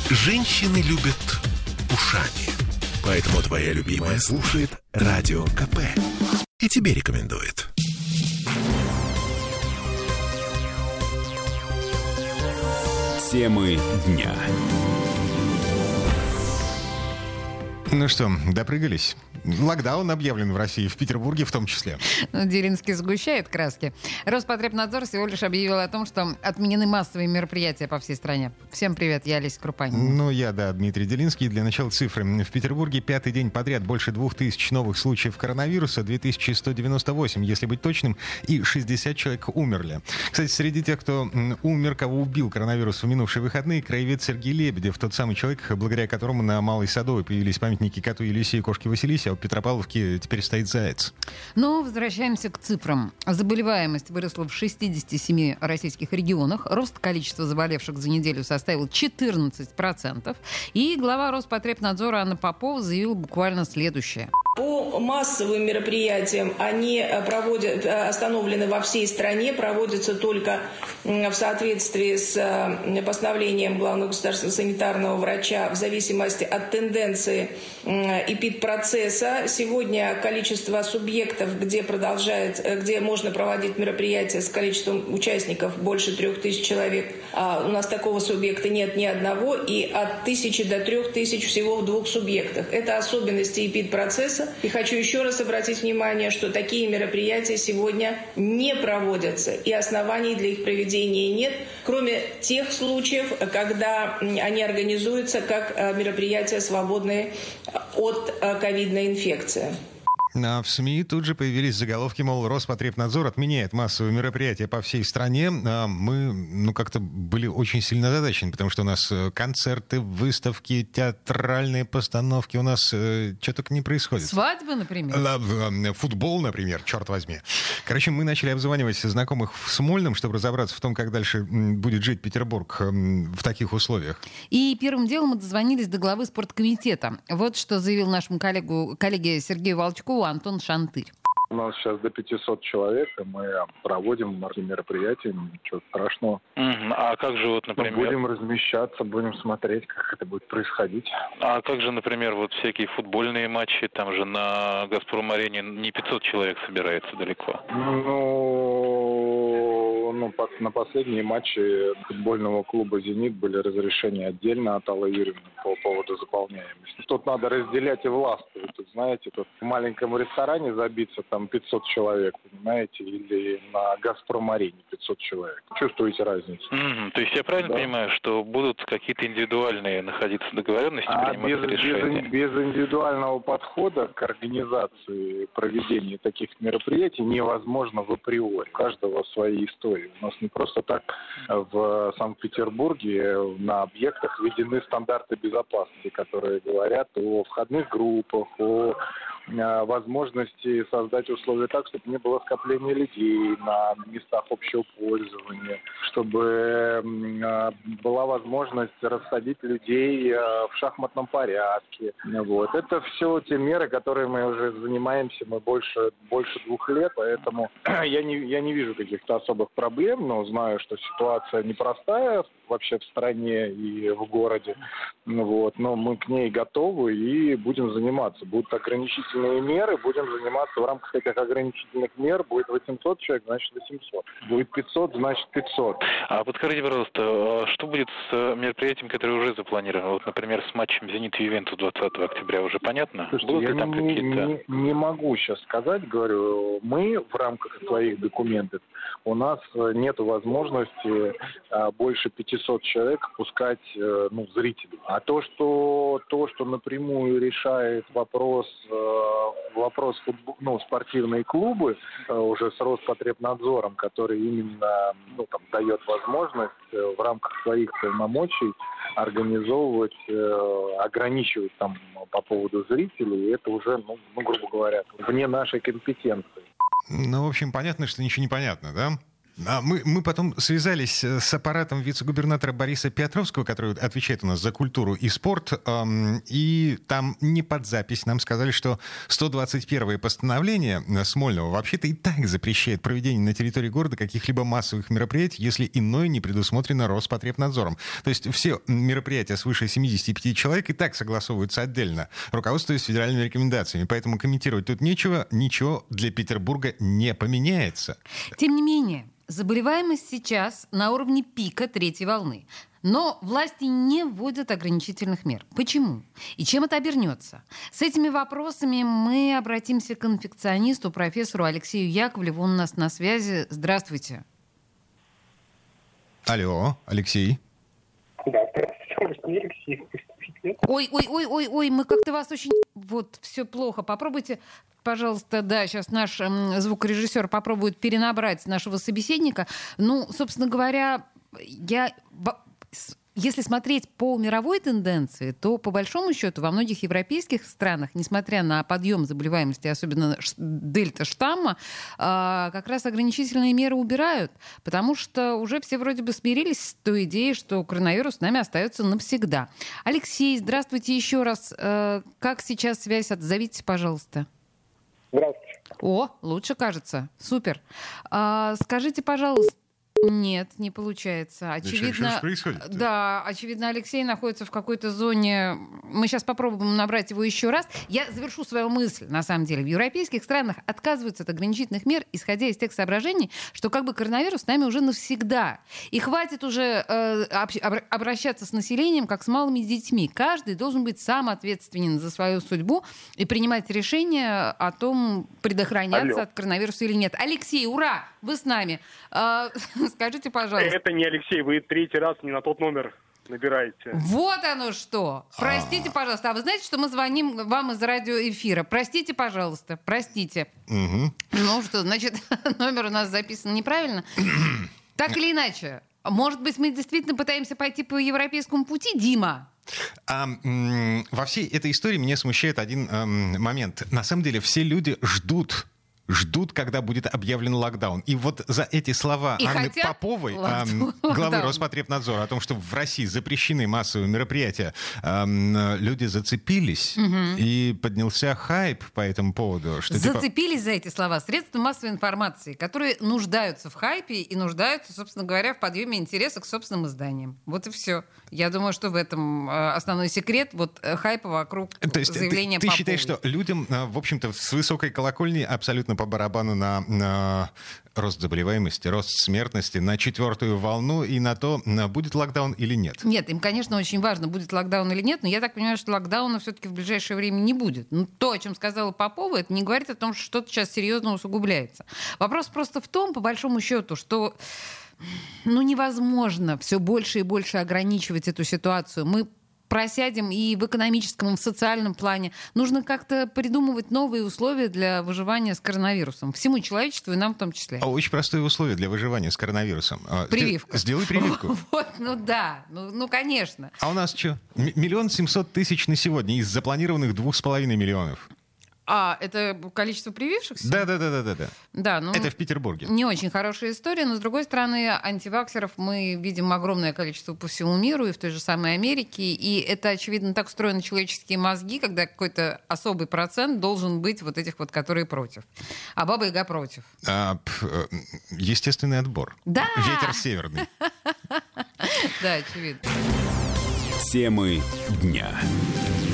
Женщины любят ушами. Поэтому твоя любимая слушает Радио КП. И тебе рекомендует. Темы дня. Ну что, допрыгались? Локдаун объявлен в России, в Петербурге в том числе. Делинский сгущает краски. Роспотребнадзор всего лишь объявил о том, что отменены массовые мероприятия по всей стране. Всем привет, я Олеся Крупанина. Дмитрий Делинский. Для начала цифры. В Петербурге 5-й день подряд больше 2000 новых случаев коронавируса, 2198, если быть точным, и 60 человек умерли. Кстати, среди тех, кто умер, кого убил коронавирус в минувшие выходные, краевед Сергей Лебедев, тот самый человек, благодаря которому на Малой Садовой появились памятники коту Елисею и кошке Василисе, а в Петропавловке теперь стоит заяц. Но возвращаемся к цифрам. Заболеваемость выросла в 67 российских регионах. Рост количества заболевших за неделю составил 14%. И глава Роспотребнадзора Анна Попова заявила буквально следующее. По массовым мероприятиям они остановлены во всей стране, проводятся только в соответствии с постановлением главного государственного санитарного врача в зависимости от тенденции эпидпроцесса. Сегодня количество субъектов, где можно проводить мероприятия с количеством участников больше 3000 человек, у нас такого субъекта нет ни одного, и от 1000 до 3000 всего в 2 субъектах. Это особенности эпидпроцесса. И хочу еще раз обратить внимание, что такие мероприятия сегодня не проводятся, и оснований для их проведения нет, кроме тех случаев, когда они организуются как мероприятия, свободные от ковидной инфекции. А в СМИ тут же появились заголовки, мол, Роспотребнадзор отменяет массовые мероприятия по всей стране. Мы, как-то были очень сильно озадачены, потому что у нас концерты, выставки, театральные постановки, у нас что только не происходит. Свадьбы, например? Футбол, например, черт возьми. Короче, мы начали обзванивать знакомых в Смольном, чтобы разобраться в том, как дальше будет жить Петербург в таких условиях. И первым делом мы дозвонились до главы спорткомитета. Вот что заявил нашему коллеге Сергею Волчкову Антон Шантырь. У нас сейчас до 500 человек, и мы проводим мероприятия, ничего страшного. А как же например... Будем размещаться, будем смотреть, как это будет происходить. А как же, например, всякие футбольные матчи, там же на «Газпром-арене» не 500 человек собирается далеко? На последние матчи футбольного клуба «Зенит» были разрешения отдельно от Аллы Юрьевны по поводу заполняемости. Тут надо разделять и властвовать. Тут, знаете, в маленьком ресторане забиться там 500 человек, понимаете, или на «Газпром-арене» 500 человек. Чувствуете разницу? То есть я правильно понимаю, что будут какие-то индивидуальные находиться договоренности, приниматься решения? Без индивидуального подхода к организации проведения таких мероприятий невозможно в априори. У каждого свои истории. У нас не просто так в Санкт-Петербурге на объектах введены стандарты безопасности, которые говорят о входных группах, о возможности создать условия так, чтобы не было скопления людей на местах общего пользования, чтобы была возможность рассадить людей в шахматном порядке. Это все те меры, которые мы уже занимаемся больше 2 лет, поэтому я не вижу каких-то особых проблем, но знаю, что ситуация непростая вообще в стране и в городе. Но мы к ней готовы и будем заниматься. Будут ограничительные меры, будем заниматься в рамках этих ограничительных мер. Будет 800 человек, значит 800. Будет 500, значит 500. А подскажите, пожалуйста, что будет с мероприятием, которое уже запланировано? Например, с матчем «Зенит» и «Ювентус» 20 октября уже понятно? Слушайте, будут я ли там какие-то... не могу сейчас сказать, говорю, мы в рамках своих документов, у нас нет возможности больше 500 человек пускать зрителей. А то, что напрямую решает вопрос спортивные клубы уже с Роспотребнадзором, который именно дает возможность в рамках своих полномочий организовывать, ограничивать по поводу зрителей, это уже, грубо говоря, вне нашей компетенции. В общем, понятно, что ничего не понятно, да? Мы потом связались с аппаратом вице-губернатора Бориса Петровского, который отвечает у нас за культуру и спорт, и там не под запись нам сказали, что 121-е постановление Смольного вообще-то и так запрещает проведение на территории города каких-либо массовых мероприятий, если иное не предусмотрено Роспотребнадзором. То есть все мероприятия свыше 75 человек и так согласовываются отдельно, руководствуясь федеральными рекомендациями. Поэтому комментировать тут нечего, ничего для Петербурга не поменяется. Тем не менее, заболеваемость сейчас на уровне пика 3-й волны. Но власти не вводят ограничительных мер. Почему? И чем это обернется? С этими вопросами мы обратимся к инфекционисту, профессору Алексею Яковлеву. Он у нас на связи. Здравствуйте. Алло, Алексей. Да, здравствуйте, не Алексей. Ой, мы как-то вас очень... Вот, все плохо. Попробуйте, пожалуйста, да, сейчас наш звукорежиссер попробует перенабрать нашего собеседника. Ну, собственно говоря, если смотреть по мировой тенденции, то, по большому счету, во многих европейских странах, несмотря на подъем заболеваемости, особенно дельта-штамма, как раз ограничительные меры убирают, потому что уже все вроде бы смирились с той идеей, что коронавирус с нами остается навсегда. Алексей, здравствуйте еще раз. Как сейчас связь? Отзовитесь, пожалуйста. Здравствуйте. О, лучше кажется. Супер. Скажите, пожалуйста, нет, не получается. Очевидно, что происходит? Да, очевидно, Алексей находится в какой-то зоне. Мы сейчас попробуем набрать его еще раз. Я завершу свою мысль, на самом деле. В европейских странах отказываются от ограничительных мер, исходя из тех соображений, что как бы коронавирус с нами уже навсегда. И хватит уже обращаться с населением, как с малыми детьми. Каждый должен быть сам ответственен за свою судьбу и принимать решение о том, предохраняться от коронавируса или нет. Алексей, ура! Вы с нами. Скажите, пожалуйста. Это не Алексей, вы 3-й раз не на тот номер набираете. Вот оно что! Простите, пожалуйста. А вы знаете, что мы звоним вам из радиоэфира? Простите, пожалуйста. Простите. Угу. Ну что, значит, номер у нас записан неправильно? Так или иначе, может быть, мы действительно пытаемся пойти по европейскому пути, Дима? Во всей этой истории меня смущает один момент. На самом деле все люди ждут, когда будет объявлен локдаун. И вот за эти слова Анны Поповой, главы Роспотребнадзора, о том, что в России запрещены массовые мероприятия, люди зацепились, и поднялся хайп по этому поводу. Что зацепились за эти слова средства массовой информации, которые нуждаются в хайпе и нуждаются, собственно говоря, в подъеме интереса к собственным изданиям. Вот и все. Я думаю, что в этом основной секрет хайпа вокруг заявления Поповой. Ты считаешь, что людям, в общем-то, с высокой колокольни абсолютно по барабану на рост заболеваемости, рост смертности, на 4-ю волну и на то, будет локдаун или нет? Нет, им, конечно, очень важно, будет локдаун или нет, но я так понимаю, что локдауна все-таки в ближайшее время не будет. Но то, о чем сказала Попова, это не говорит о том, что что-то сейчас серьезно усугубляется. Вопрос просто в том, по большому счету, что невозможно все больше и больше ограничивать эту ситуацию. Мы просядем и в экономическом, и в социальном плане. Нужно как-то придумывать новые условия для выживания с коронавирусом. Всему человечеству и нам в том числе. Очень простое условие для выживания с коронавирусом. Прививка. Сделай прививку. Да. Конечно. А у нас что? 1 700 000 на сегодня из запланированных 2,5 миллионов. Это количество привившихся? Да. Да, это в Петербурге. Не очень хорошая история, но, с другой стороны, антиваксеров мы видим огромное количество по всему миру, и в той же самой Америке, и это, очевидно, так устроены человеческие мозги, когда какой-то особый процент должен быть вот этих которые против. А Баба-Яга против. Естественный отбор. Да! Ветер северный. Да, очевидно. Темы дня.